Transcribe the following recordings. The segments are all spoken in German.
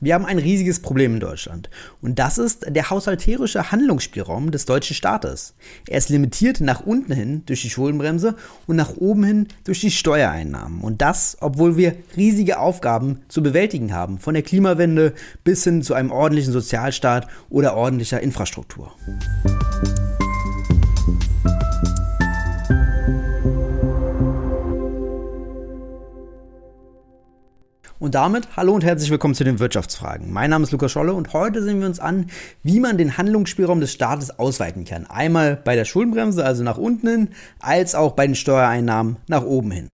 Wir haben ein riesiges Problem in Deutschland und das ist der haushalterische Handlungsspielraum des deutschen Staates. Er ist limitiert nach unten hin durch die Schuldenbremse und nach oben hin durch die Steuereinnahmen. Und das, obwohl wir riesige Aufgaben zu bewältigen haben, von der Klimawende bis hin zu einem ordentlichen Sozialstaat oder ordentlicher Infrastruktur. Und damit hallo und herzlich willkommen zu den Wirtschaftsfragen. Mein Name ist Lukas Scholle und heute sehen wir uns an, wie man den Handlungsspielraum des Staates ausweiten kann. Einmal bei der Schuldenbremse, also nach unten hin, als auch bei den Steuereinnahmen nach oben hin.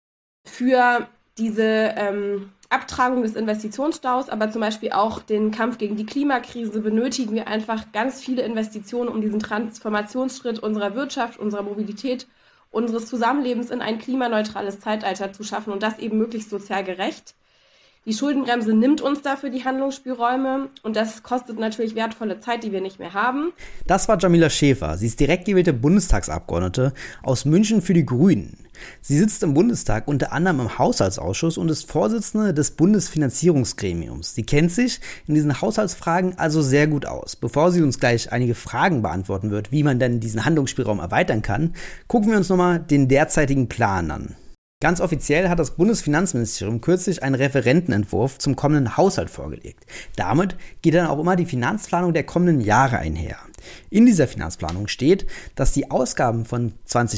Für diese Abtragung des Investitionsstaus, aber zum Beispiel auch den Kampf gegen die Klimakrise benötigen wir einfach ganz viele Investitionen, um diesen Transformationsschritt unserer Wirtschaft, unserer Mobilität, unseres Zusammenlebens in ein klimaneutrales Zeitalter zu schaffen und das eben möglichst sozial gerecht. Die Schuldenbremse nimmt uns dafür die Handlungsspielräume und das kostet natürlich wertvolle Zeit, die wir nicht mehr haben. Das war Jamila Schäfer. Sie ist direkt gewählte Bundestagsabgeordnete aus München für die Grünen. Sie sitzt im Bundestag unter anderem im Haushaltsausschuss und ist Vorsitzende des Bundesfinanzierungsgremiums. Sie kennt sich in diesen Haushaltsfragen also sehr gut aus. Bevor sie uns gleich einige Fragen beantworten wird, wie man denn diesen Handlungsspielraum erweitern kann, gucken wir uns nochmal den derzeitigen Plan an. Ganz offiziell hat das Bundesfinanzministerium kürzlich einen Referentenentwurf zum kommenden Haushalt vorgelegt. Damit geht dann auch immer die Finanzplanung der kommenden Jahre einher. In dieser Finanzplanung steht, dass die Ausgaben von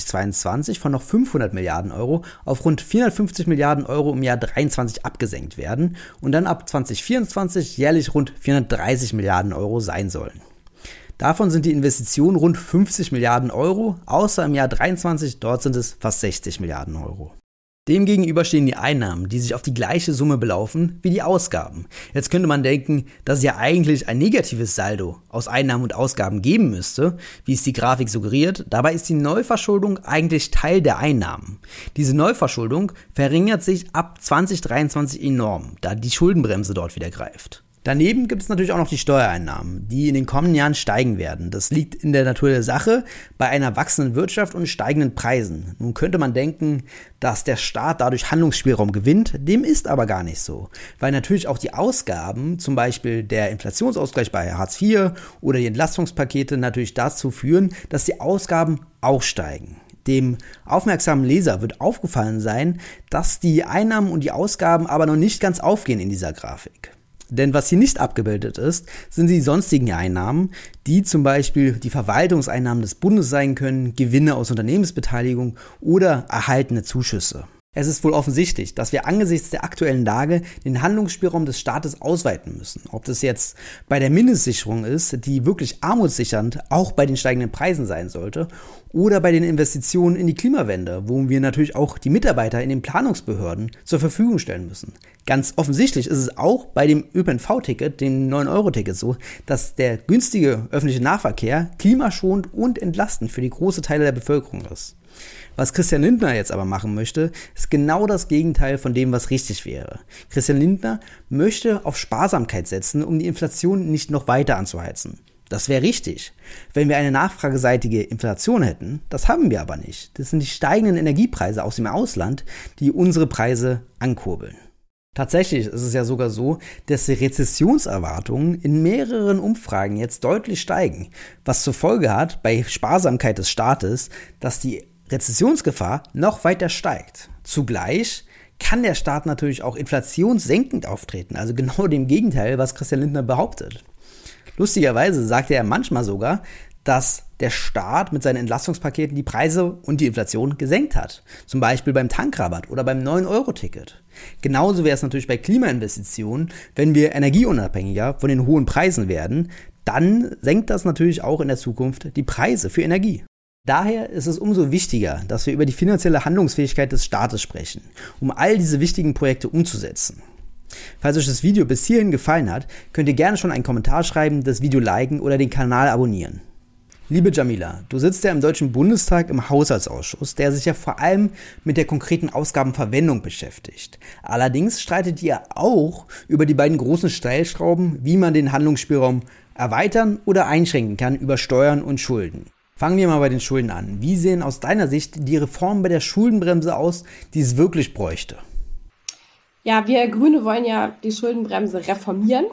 2022 von noch 500 Milliarden Euro auf rund 450 Milliarden Euro im Jahr 2023 abgesenkt werden und dann ab 2024 jährlich rund 430 Milliarden Euro sein sollen. Davon sind die Investitionen rund 50 Milliarden Euro, außer im Jahr 2023, dort sind es fast 60 Milliarden Euro. Demgegenüber stehen die Einnahmen, die sich auf die gleiche Summe belaufen wie die Ausgaben. Jetzt könnte man denken, dass es ja eigentlich ein negatives Saldo aus Einnahmen und Ausgaben geben müsste, wie es die Grafik suggeriert. Dabei ist die Neuverschuldung eigentlich Teil der Einnahmen. Diese Neuverschuldung verringert sich ab 2023 enorm, da die Schuldenbremse dort wieder greift. Daneben gibt es natürlich auch noch die Steuereinnahmen, die in den kommenden Jahren steigen werden. Das liegt in der Natur der Sache bei einer wachsenden Wirtschaft und steigenden Preisen. Nun könnte man denken, dass der Staat dadurch Handlungsspielraum gewinnt. Dem ist aber gar nicht so, weil natürlich auch die Ausgaben, zum Beispiel der Inflationsausgleich bei Hartz IV oder die Entlastungspakete natürlich dazu führen, dass die Ausgaben auch steigen. Dem aufmerksamen Leser wird aufgefallen sein, dass die Einnahmen und die Ausgaben aber noch nicht ganz aufgehen in dieser Grafik. Denn was hier nicht abgebildet ist, sind die sonstigen Einnahmen, die zum Beispiel die Verwaltungseinnahmen des Bundes sein können, Gewinne aus Unternehmensbeteiligung oder erhaltene Zuschüsse. Es ist wohl offensichtlich, dass wir angesichts der aktuellen Lage den Handlungsspielraum des Staates ausweiten müssen. Ob das jetzt bei der Mindestsicherung ist, die wirklich armutssichernd auch bei den steigenden Preisen sein sollte, oder bei den Investitionen in die Klimawende, wo wir natürlich auch die Mitarbeiter in den Planungsbehörden zur Verfügung stellen müssen. Ganz offensichtlich ist es auch bei dem ÖPNV-Ticket, dem 9-Euro-Ticket so, dass der günstige öffentliche Nahverkehr klimaschonend und entlastend für die große Teile der Bevölkerung ist. Was Christian Lindner jetzt aber machen möchte, ist genau das Gegenteil von dem, was richtig wäre. Christian Lindner möchte auf Sparsamkeit setzen, um die Inflation nicht noch weiter anzuheizen. Das wäre richtig, wenn wir eine nachfrageseitige Inflation hätten. Das haben wir aber nicht. Das sind die steigenden Energiepreise aus dem Ausland, die unsere Preise ankurbeln. Tatsächlich ist es ja sogar so, dass die Rezessionserwartungen in mehreren Umfragen jetzt deutlich steigen, was zur Folge hat bei Sparsamkeit des Staates, dass die Rezessionsgefahr noch weiter steigt. Zugleich kann der Staat natürlich auch inflationssenkend auftreten, also genau dem Gegenteil, was Christian Lindner behauptet. Lustigerweise sagte er manchmal sogar, dass der Staat mit seinen Entlastungspaketen die Preise und die Inflation gesenkt hat. Zum Beispiel beim Tankrabatt oder beim 9-Euro-Ticket. Genauso wäre es natürlich bei Klimainvestitionen, wenn wir energieunabhängiger von den hohen Preisen werden, dann senkt das natürlich auch in der Zukunft die Preise für Energie. Daher ist es umso wichtiger, dass wir über die finanzielle Handlungsfähigkeit des Staates sprechen, um all diese wichtigen Projekte umzusetzen. Falls euch das Video bis hierhin gefallen hat, könnt ihr gerne schon einen Kommentar schreiben, das Video liken oder den Kanal abonnieren. Liebe Jamila, du sitzt ja im Deutschen Bundestag im Haushaltsausschuss, der sich ja vor allem mit der konkreten Ausgabenverwendung beschäftigt. Allerdings streitet ihr auch über die beiden großen Stellschrauben, wie man den Handlungsspielraum erweitern oder einschränken kann über Steuern und Schulden. Fangen wir mal bei den Schulden an. Wie sehen aus deiner Sicht die Reformen bei der Schuldenbremse aus, die es wirklich bräuchte? Ja, wir Grüne wollen ja die Schuldenbremse reformieren.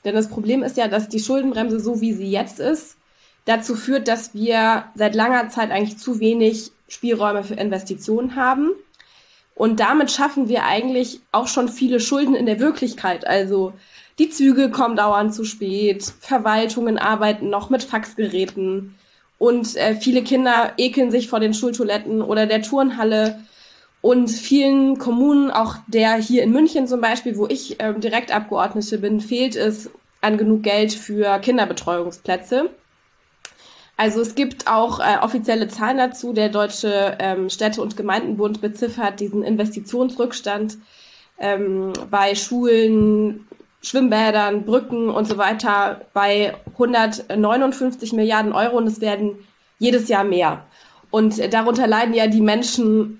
Denn das Problem ist ja, dass die Schuldenbremse, so wie sie jetzt ist, dazu führt, dass wir seit langer Zeit eigentlich zu wenig Spielräume für Investitionen haben. Und damit schaffen wir eigentlich auch schon viele Schulden in der Wirklichkeit. Also die Züge kommen dauernd zu spät, Verwaltungen arbeiten noch mit Faxgeräten und viele Kinder ekeln sich vor den Schultoiletten oder der Turnhalle. Und vielen Kommunen, auch der hier in München zum Beispiel, wo ich Direktabgeordnete bin, fehlt es an genug Geld für Kinderbetreuungsplätze. Also es gibt auch offizielle Zahlen dazu. Der Deutsche Städte- und Gemeindenbund beziffert diesen Investitionsrückstand bei Schulen, Schwimmbädern, Brücken und so weiter bei 159 Milliarden Euro und es werden jedes Jahr mehr. Und darunter leiden ja die Menschen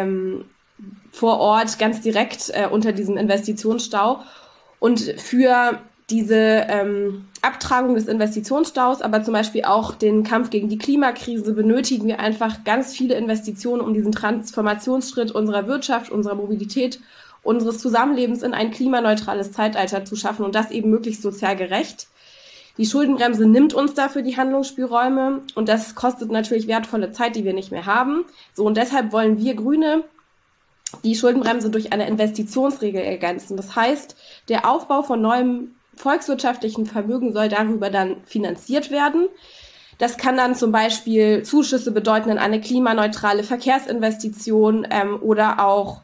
vor Ort ganz direkt unter diesem Investitionsstau. Und für diese Abtragung des Investitionsstaus, aber zum Beispiel auch den Kampf gegen die Klimakrise benötigen wir einfach ganz viele Investitionen, um diesen Transformationsschritt unserer Wirtschaft, unserer Mobilität, unseres Zusammenlebens in ein klimaneutrales Zeitalter zu schaffen und das eben möglichst sozial gerecht. Die Schuldenbremse nimmt uns dafür die Handlungsspielräume und das kostet natürlich wertvolle Zeit, die wir nicht mehr haben. So, und deshalb wollen wir Grüne die Schuldenbremse durch eine Investitionsregel ergänzen. Das heißt, der Aufbau von neuem volkswirtschaftlichen Vermögen soll darüber dann finanziert werden. Das kann dann zum Beispiel Zuschüsse bedeuten in eine klimaneutrale Verkehrsinvestition oder auch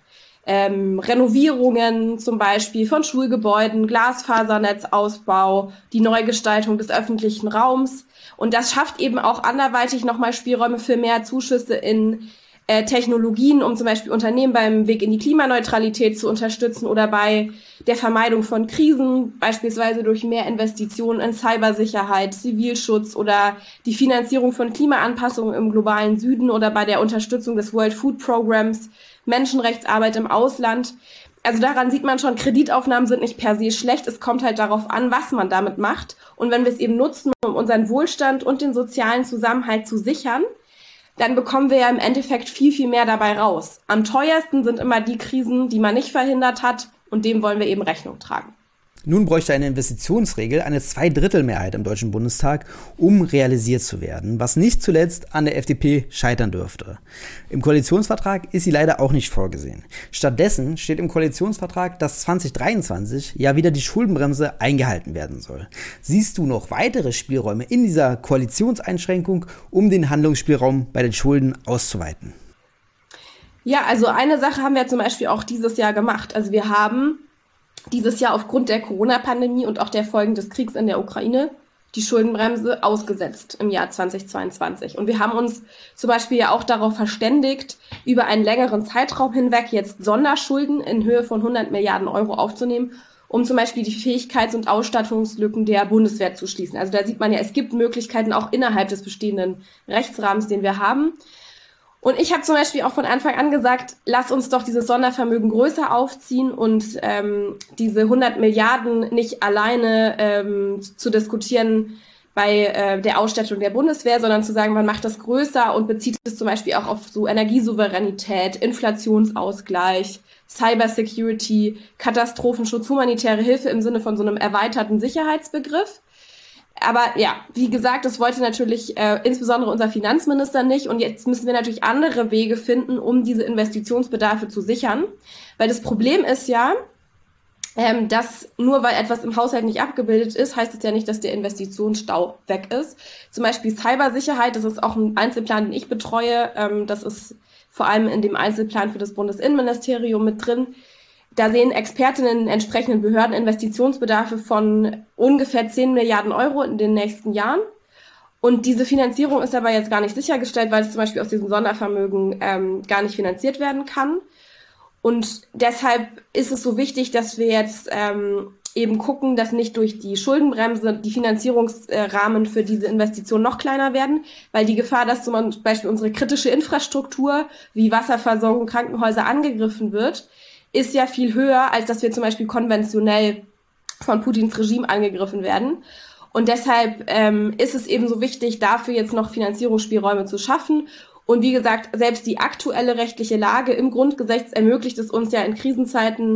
Renovierungen zum Beispiel von Schulgebäuden, Glasfasernetzausbau, die Neugestaltung des öffentlichen Raums. Und das schafft eben auch anderweitig nochmal Spielräume für mehr Zuschüsse in Technologien, um zum Beispiel Unternehmen beim Weg in die Klimaneutralität zu unterstützen oder bei der Vermeidung von Krisen, beispielsweise durch mehr Investitionen in Cybersicherheit, Zivilschutz oder die Finanzierung von Klimaanpassungen im globalen Süden oder bei der Unterstützung des World Food Programs, Menschenrechtsarbeit im Ausland. Also daran sieht man schon, Kreditaufnahmen sind nicht per se schlecht. Es kommt halt darauf an, was man damit macht. Und wenn wir es eben nutzen, um unseren Wohlstand und den sozialen Zusammenhalt zu sichern, dann bekommen wir ja im Endeffekt viel, viel mehr dabei raus. Am teuersten sind immer die Krisen, die man nicht verhindert hat, und dem wollen wir eben Rechnung tragen. Nun bräuchte eine Investitionsregel eine Zweidrittelmehrheit im Deutschen Bundestag, um realisiert zu werden, was nicht zuletzt an der FDP scheitern dürfte. Im Koalitionsvertrag ist sie leider auch nicht vorgesehen. Stattdessen steht im Koalitionsvertrag, dass 2023 ja wieder die Schuldenbremse eingehalten werden soll. Siehst du noch weitere Spielräume in dieser Koalitionseinschränkung, um den Handlungsspielraum bei den Schulden auszuweiten? Ja, also eine Sache haben wir zum Beispiel auch dieses Jahr gemacht. Also wir haben dieses Jahr aufgrund der Corona-Pandemie und auch der Folgen des Kriegs in der Ukraine die Schuldenbremse ausgesetzt im Jahr 2022. Und wir haben uns zum Beispiel ja auch darauf verständigt, über einen längeren Zeitraum hinweg jetzt Sonderschulden in Höhe von 100 Milliarden Euro aufzunehmen, um zum Beispiel die Fähigkeits- und Ausstattungslücken der Bundeswehr zu schließen. Also da sieht man ja, es gibt Möglichkeiten auch innerhalb des bestehenden Rechtsrahmens, den wir haben. Und ich habe zum Beispiel auch von Anfang an gesagt, lass uns doch dieses Sondervermögen größer aufziehen und diese 100 Milliarden nicht alleine zu diskutieren bei der Ausstattung der Bundeswehr, sondern zu sagen, man macht das größer und bezieht es zum Beispiel auch auf so Energiesouveränität, Inflationsausgleich, Cybersecurity, Katastrophenschutz, humanitäre Hilfe im Sinne von so einem erweiterten Sicherheitsbegriff. Aber ja, wie gesagt, das wollte natürlich insbesondere unser Finanzminister nicht. Und jetzt müssen wir natürlich andere Wege finden, um diese Investitionsbedarfe zu sichern. Weil das Problem ist ja, dass nur weil etwas im Haushalt nicht abgebildet ist, heißt es ja nicht, dass der Investitionsstau weg ist. Zum Beispiel Cybersicherheit, das ist auch ein Einzelplan, den ich betreue. Das ist vor allem in dem Einzelplan für das Bundesinnenministerium mit drin. Da sehen Expertinnen in entsprechenden Behörden Investitionsbedarfe von ungefähr 10 Milliarden Euro in den nächsten Jahren. Und diese Finanzierung ist aber jetzt gar nicht sichergestellt, weil es zum Beispiel aus diesem Sondervermögen gar nicht finanziert werden kann. Und deshalb ist es so wichtig, dass wir jetzt eben gucken, dass nicht durch die Schuldenbremse die Finanzierungsrahmen für diese Investition noch kleiner werden, weil die Gefahr, dass zum Beispiel unsere kritische Infrastruktur wie Wasserversorgung, Krankenhäuser angegriffen wird, ist ja viel höher, als dass wir zum Beispiel konventionell von Putins Regime angegriffen werden. Und deshalb ist es eben so wichtig, dafür jetzt noch Finanzierungsspielräume zu schaffen. Und wie gesagt, selbst die aktuelle rechtliche Lage im Grundgesetz ermöglicht es uns ja in Krisenzeiten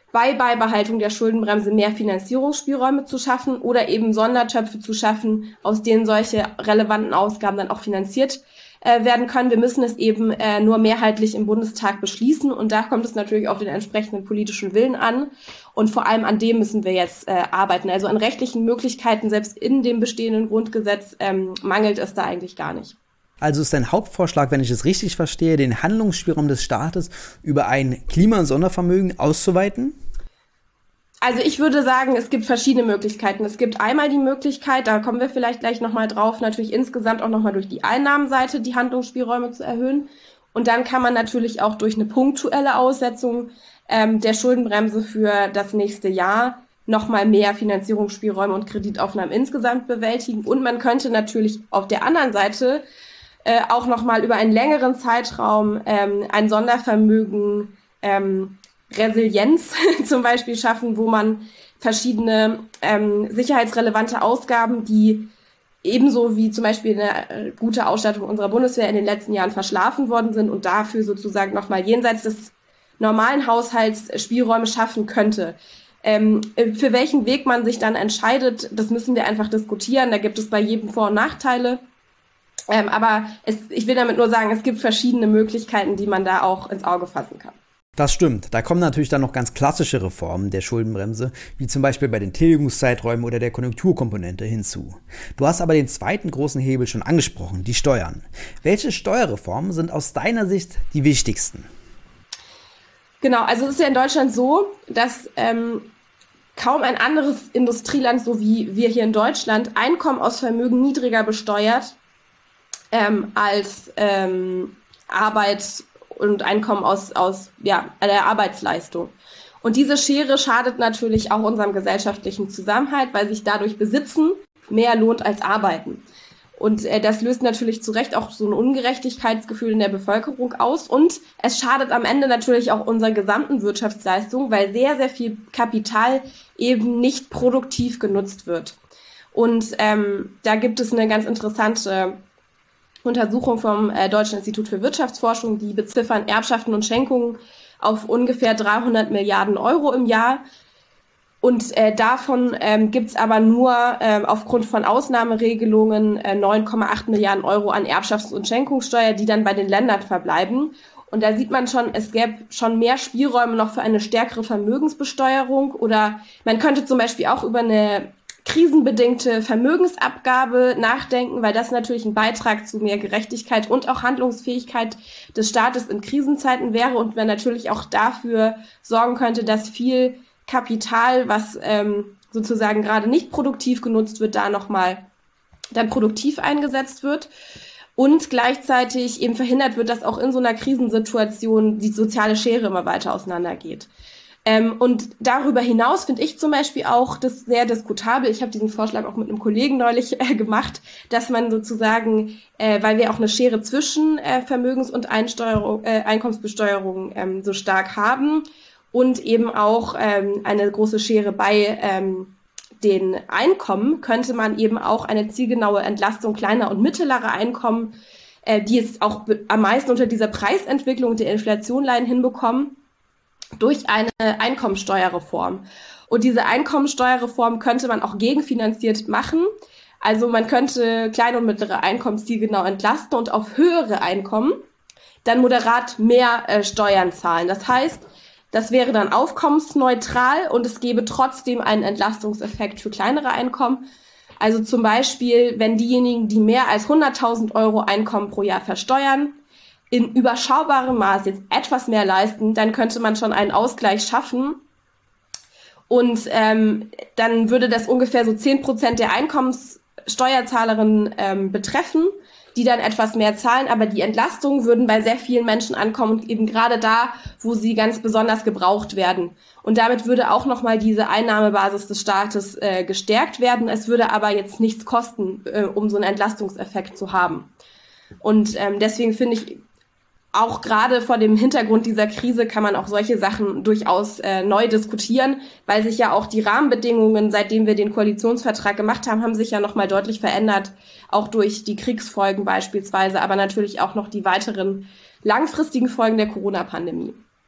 bei Beibehaltung der Schuldenbremse mehr Finanzierungsspielräume zu schaffen oder eben Sondertöpfe zu schaffen, aus denen solche relevanten Ausgaben dann auch finanziert werden können. Wir müssen es eben nur mehrheitlich im Bundestag beschließen und da kommt es natürlich auf den entsprechenden politischen Willen an und vor allem an dem müssen wir jetzt arbeiten. Also an rechtlichen Möglichkeiten, selbst in dem bestehenden Grundgesetz, mangelt es da eigentlich gar nicht. Also ist dein Hauptvorschlag, wenn ich es richtig verstehe, den Handlungsspielraum des Staates über ein Klima- und Sondervermögen auszuweiten? Also ich würde sagen, es gibt verschiedene Möglichkeiten. Es gibt einmal die Möglichkeit, da kommen wir vielleicht gleich nochmal drauf, natürlich insgesamt auch nochmal durch die Einnahmenseite die Handlungsspielräume zu erhöhen. Und dann kann man natürlich auch durch eine punktuelle Aussetzung der Schuldenbremse für das nächste Jahr nochmal mehr Finanzierungsspielräume und Kreditaufnahmen insgesamt bewältigen. Und man könnte natürlich auf der anderen Seite auch nochmal über einen längeren Zeitraum ein Sondervermögen Resilienz zum Beispiel schaffen, wo man verschiedene sicherheitsrelevante Ausgaben, die ebenso wie zum Beispiel eine gute Ausstattung unserer Bundeswehr in den letzten Jahren verschlafen worden sind und dafür sozusagen nochmal jenseits des normalen Haushalts Spielräume schaffen könnte. Für welchen Weg man sich dann entscheidet, das müssen wir einfach diskutieren. Da gibt es bei jedem Vor- und Nachteile. Aber ich will damit nur sagen, es gibt verschiedene Möglichkeiten, die man da auch ins Auge fassen kann. Das stimmt. Da kommen natürlich dann noch ganz klassische Reformen der Schuldenbremse, wie zum Beispiel bei den Tilgungszeiträumen oder der Konjunkturkomponente hinzu. Du hast aber den zweiten großen Hebel schon angesprochen, die Steuern. Welche Steuerreformen sind aus deiner Sicht die wichtigsten? Genau, also es ist ja in Deutschland so, dass kaum ein anderes Industrieland, so wie wir hier in Deutschland, Einkommen aus Vermögen niedriger besteuert als Arbeit und Einkommen aus der Arbeitsleistung. Und diese Schere schadet natürlich auch unserem gesellschaftlichen Zusammenhalt, weil sich dadurch Besitzen mehr lohnt als Arbeiten. Und das löst natürlich zu Recht auch so ein Ungerechtigkeitsgefühl in der Bevölkerung aus. Und es schadet am Ende natürlich auch unserer gesamten Wirtschaftsleistung, weil sehr, sehr viel Kapital eben nicht produktiv genutzt wird. Und da gibt es eine ganz interessante Untersuchung vom Deutschen Institut für Wirtschaftsforschung, die beziffern Erbschaften und Schenkungen auf ungefähr 300 Milliarden Euro im Jahr. Und davon gibt es aber nur aufgrund von Ausnahmeregelungen 9,8 Milliarden Euro an Erbschafts- und Schenkungssteuer, die dann bei den Ländern verbleiben. Und da sieht man schon, es gäbe schon mehr Spielräume noch für eine stärkere Vermögensbesteuerung. Oder man könnte zum Beispiel auch über eine krisenbedingte Vermögensabgabe nachdenken, weil das natürlich ein Beitrag zu mehr Gerechtigkeit und auch Handlungsfähigkeit des Staates in Krisenzeiten wäre und man natürlich auch dafür sorgen könnte, dass viel Kapital, was sozusagen gerade nicht produktiv genutzt wird, da nochmal dann produktiv eingesetzt wird. Und gleichzeitig eben verhindert wird, dass auch in so einer Krisensituation die soziale Schere immer weiter auseinandergeht. Und darüber hinaus finde ich zum Beispiel auch das sehr diskutabel. Ich habe diesen Vorschlag auch mit einem Kollegen neulich gemacht, dass man sozusagen, weil wir auch eine Schere zwischen Vermögens- und Einkommensbesteuerung so stark haben und eben auch eine große Schere bei den Einkommen, könnte man eben auch eine zielgenaue Entlastung kleiner und mittlerer Einkommen, die es auch am meisten unter dieser Preisentwicklung und der Inflation leiden, hinbekommen, durch eine Einkommensteuerreform. Und diese Einkommensteuerreform könnte man auch gegenfinanziert machen. Also man könnte kleine und mittlere Einkommen zielgenau entlasten und auf höhere Einkommen dann moderat mehr Steuern zahlen. Das heißt, das wäre dann aufkommensneutral und es gäbe trotzdem einen Entlastungseffekt für kleinere Einkommen. Also zum Beispiel, wenn diejenigen, die mehr als 100.000 Euro Einkommen pro Jahr versteuern, in überschaubarem Maß jetzt etwas mehr leisten, dann könnte man schon einen Ausgleich schaffen. Und dann würde das ungefähr so 10% der Einkommenssteuerzahlerinnen betreffen, die dann etwas mehr zahlen. Aber die Entlastungen würden bei sehr vielen Menschen ankommen und eben gerade da, wo sie ganz besonders gebraucht werden. Und damit würde auch nochmal diese Einnahmebasis des Staates gestärkt werden. Es würde aber jetzt nichts kosten, um so einen Entlastungseffekt zu haben. Und deswegen finde ich, auch gerade vor dem Hintergrund dieser Krise kann man auch solche Sachen durchaus neu diskutieren, weil sich ja auch die Rahmenbedingungen, seitdem wir den Koalitionsvertrag gemacht haben, haben sich ja nochmal deutlich verändert, auch durch die Kriegsfolgen beispielsweise, aber natürlich auch noch die weiteren langfristigen Folgen der Corona-Pandemie.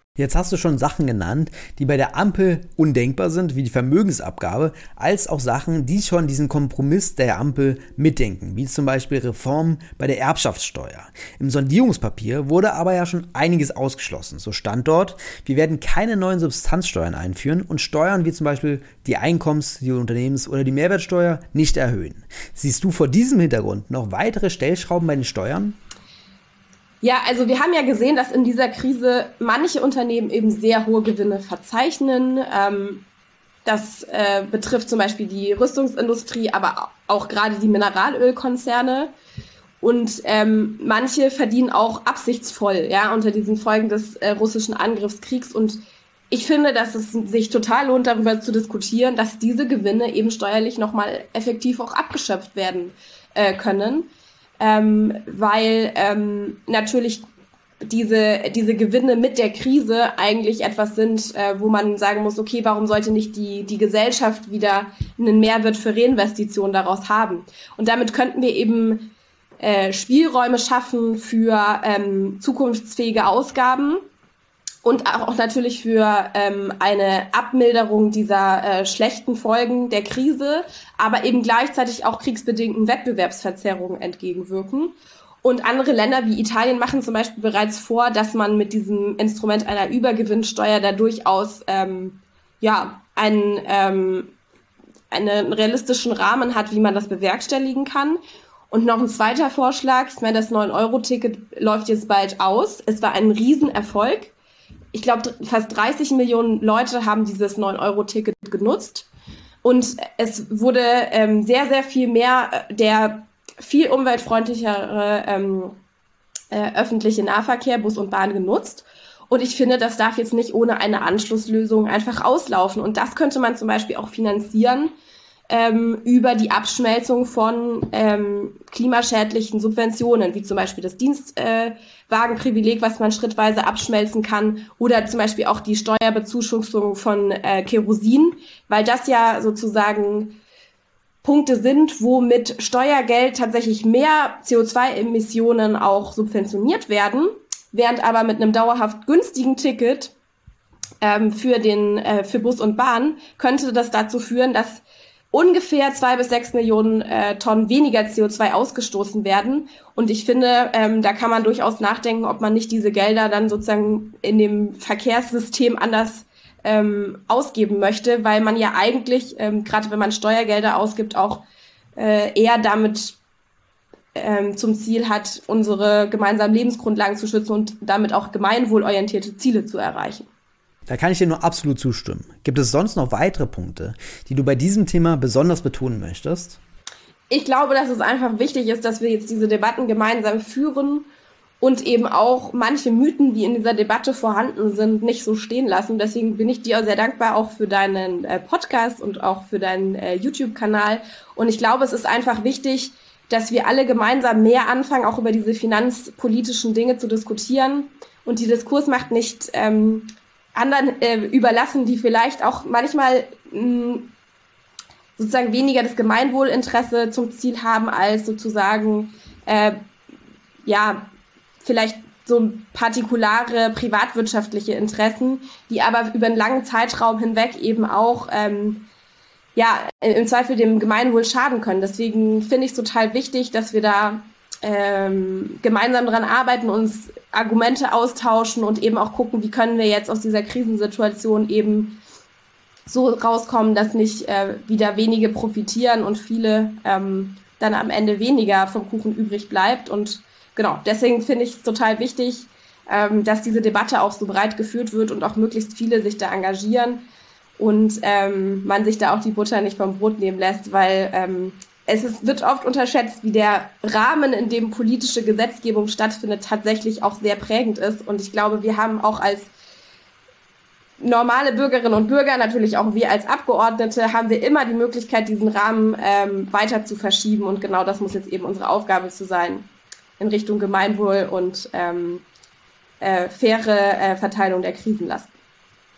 Jetzt hast du schon Sachen genannt, die bei der Ampel undenkbar sind, wie die Vermögensabgabe, als auch Sachen, die schon diesen Kompromiss der Ampel mitdenken, wie zum Beispiel Reformen bei der Erbschaftssteuer. Im Sondierungspapier wurde aber ja schon einiges ausgeschlossen. So stand dort, wir werden keine neuen Substanzsteuern einführen und Steuern wie zum Beispiel die Einkommens-, die Unternehmens- oder die Mehrwertsteuer nicht erhöhen. Siehst du vor diesem Hintergrund noch weitere Stellschrauben bei den Steuern? Ja, also wir haben ja gesehen, dass in dieser Krise manche Unternehmen eben sehr hohe Gewinne verzeichnen. Das betrifft zum Beispiel die Rüstungsindustrie, aber auch gerade die Mineralölkonzerne. Und manche verdienen auch absichtsvoll, ja, unter diesen Folgen des russischen Angriffskriegs. Und ich finde, dass es sich total lohnt, darüber zu diskutieren, dass diese Gewinne eben steuerlich nochmal effektiv auch abgeschöpft werden können. Weil natürlich diese Gewinne mit der Krise eigentlich etwas sind, wo man sagen muss, okay, warum sollte nicht die Gesellschaft wieder einen Mehrwert für Reinvestitionen daraus haben? Und damit könnten wir eben Spielräume schaffen für zukunftsfähige Ausgaben und auch natürlich für eine Abmilderung dieser schlechten Folgen der Krise, aber eben gleichzeitig auch kriegsbedingten Wettbewerbsverzerrungen entgegenwirken. Und andere Länder wie Italien machen zum Beispiel bereits vor, dass man mit diesem Instrument einer Übergewinnsteuer da durchaus einen realistischen Rahmen hat, wie man das bewerkstelligen kann. Und noch ein zweiter Vorschlag, ich meine, das 9-Euro-Ticket läuft jetzt bald aus. Es war ein Riesenerfolg. Ich glaube, fast 30 Millionen Leute haben dieses 9-Euro-Ticket genutzt. Und es wurde sehr, sehr viel mehr der viel umweltfreundlichere öffentliche Nahverkehr, Bus und Bahn genutzt. Und ich finde, das darf jetzt nicht ohne eine Anschlusslösung einfach auslaufen. Und das könnte man zum Beispiel auch finanzieren über die Abschmelzung von klimaschädlichen Subventionen, wie zum Beispiel das Dienstwagenprivileg, was man schrittweise abschmelzen kann, oder zum Beispiel auch die Steuerbezuschussung von Kerosin, weil das ja sozusagen Punkte sind, wo mit Steuergeld tatsächlich mehr CO2-Emissionen auch subventioniert werden, während aber mit einem dauerhaft günstigen Ticket für Bus und Bahn könnte das dazu führen, dass ungefähr 2 bis 6 Millionen Tonnen weniger CO2 ausgestoßen werden. Und ich finde, da kann man durchaus nachdenken, ob man nicht diese Gelder dann sozusagen in dem Verkehrssystem anders ausgeben möchte, weil man ja eigentlich, gerade wenn man Steuergelder ausgibt, auch eher damit zum Ziel hat, unsere gemeinsamen Lebensgrundlagen zu schützen und damit auch gemeinwohlorientierte Ziele zu erreichen. Da kann ich dir nur absolut zustimmen. Gibt es sonst noch weitere Punkte, die du bei diesem Thema besonders betonen möchtest? Ich glaube, dass es einfach wichtig ist, dass wir jetzt diese Debatten gemeinsam führen und eben auch manche Mythen, die in dieser Debatte vorhanden sind, nicht so stehen lassen. Deswegen bin ich dir sehr dankbar auch für deinen Podcast und auch für deinen YouTube-Kanal. Und ich glaube, es ist einfach wichtig, dass wir alle gemeinsam mehr anfangen, auch über diese finanzpolitischen Dinge zu diskutieren und die Diskursmacht nicht anderen überlassen, die vielleicht auch manchmal sozusagen weniger das Gemeinwohlinteresse zum Ziel haben, als sozusagen vielleicht so partikulare privatwirtschaftliche Interessen, die aber über einen langen Zeitraum hinweg eben auch im Zweifel dem Gemeinwohl schaden können. Deswegen finde ich es total wichtig, dass wir da gemeinsam daran arbeiten, uns Argumente austauschen und eben auch gucken, wie können wir jetzt aus dieser Krisensituation eben so rauskommen, dass nicht wieder wenige profitieren und viele dann am Ende weniger vom Kuchen übrig bleibt. Und genau, deswegen finde ich es total wichtig, dass diese Debatte auch so breit geführt wird und auch möglichst viele sich da engagieren und man sich da auch die Butter nicht vom Brot nehmen lässt, weil wird oft unterschätzt, wie der Rahmen, in dem politische Gesetzgebung stattfindet, tatsächlich auch sehr prägend ist. Und ich glaube, wir haben auch als normale Bürgerinnen und Bürger, natürlich auch wir als Abgeordnete, haben wir immer die Möglichkeit, diesen Rahmen weiter zu verschieben. Und genau das muss jetzt eben unsere Aufgabe zu sein, in Richtung Gemeinwohl und faire Verteilung der Krisenlasten.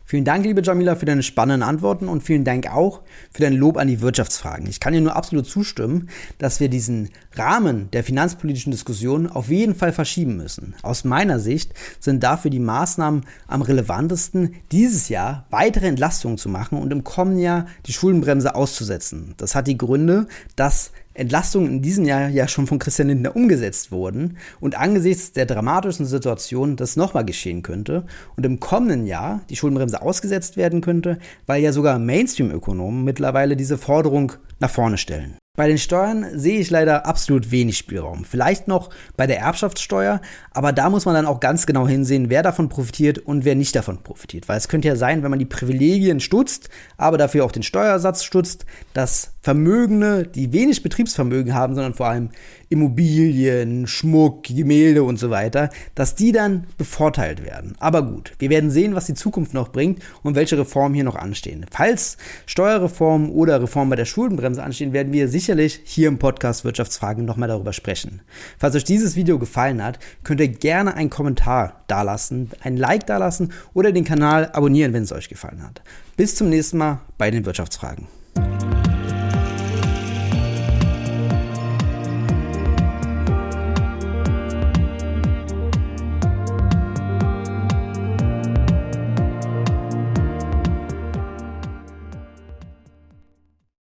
Vielen Dank, liebe Jamila, für deine spannenden Antworten und vielen Dank auch für dein Lob an die Wirtschaftsfragen. Ich kann dir nur absolut zustimmen, dass wir diesen Rahmen der finanzpolitischen Diskussion auf jeden Fall verschieben müssen. Aus meiner Sicht sind dafür die Maßnahmen am relevantesten, dieses Jahr weitere Entlastungen zu machen und im kommenden Jahr die Schuldenbremse auszusetzen. Das hat die Gründe, dass Entlastungen in diesem Jahr ja schon von Christian Lindner umgesetzt wurden und angesichts der dramatischen Situation das nochmal geschehen könnte und im kommenden Jahr die Schuldenbremse ausgesetzt werden könnte, weil ja sogar Mainstream-Ökonomen mittlerweile diese Forderung nach vorne stellen. Bei den Steuern sehe ich leider absolut wenig Spielraum. Vielleicht noch bei der Erbschaftssteuer, aber da muss man dann auch ganz genau hinsehen, wer davon profitiert und wer nicht davon profitiert. Weil es könnte ja sein, wenn man die Privilegien stutzt, aber dafür auch den Steuersatz stutzt, dass Vermögende, die wenig Betriebsvermögen haben, sondern vor allem Immobilien, Schmuck, Gemälde und so weiter, dass die dann bevorteilt werden. Aber gut, wir werden sehen, was die Zukunft noch bringt und welche Reformen hier noch anstehen. Falls Steuerreformen oder Reformen bei der Schuldenbremse anstehen, werden wir sicherlich hier im Podcast Wirtschaftsfragen nochmal darüber sprechen. Falls euch dieses Video gefallen hat, könnt ihr gerne einen Kommentar dalassen, ein Like dalassen oder den Kanal abonnieren, wenn es euch gefallen hat. Bis zum nächsten Mal bei den Wirtschaftsfragen.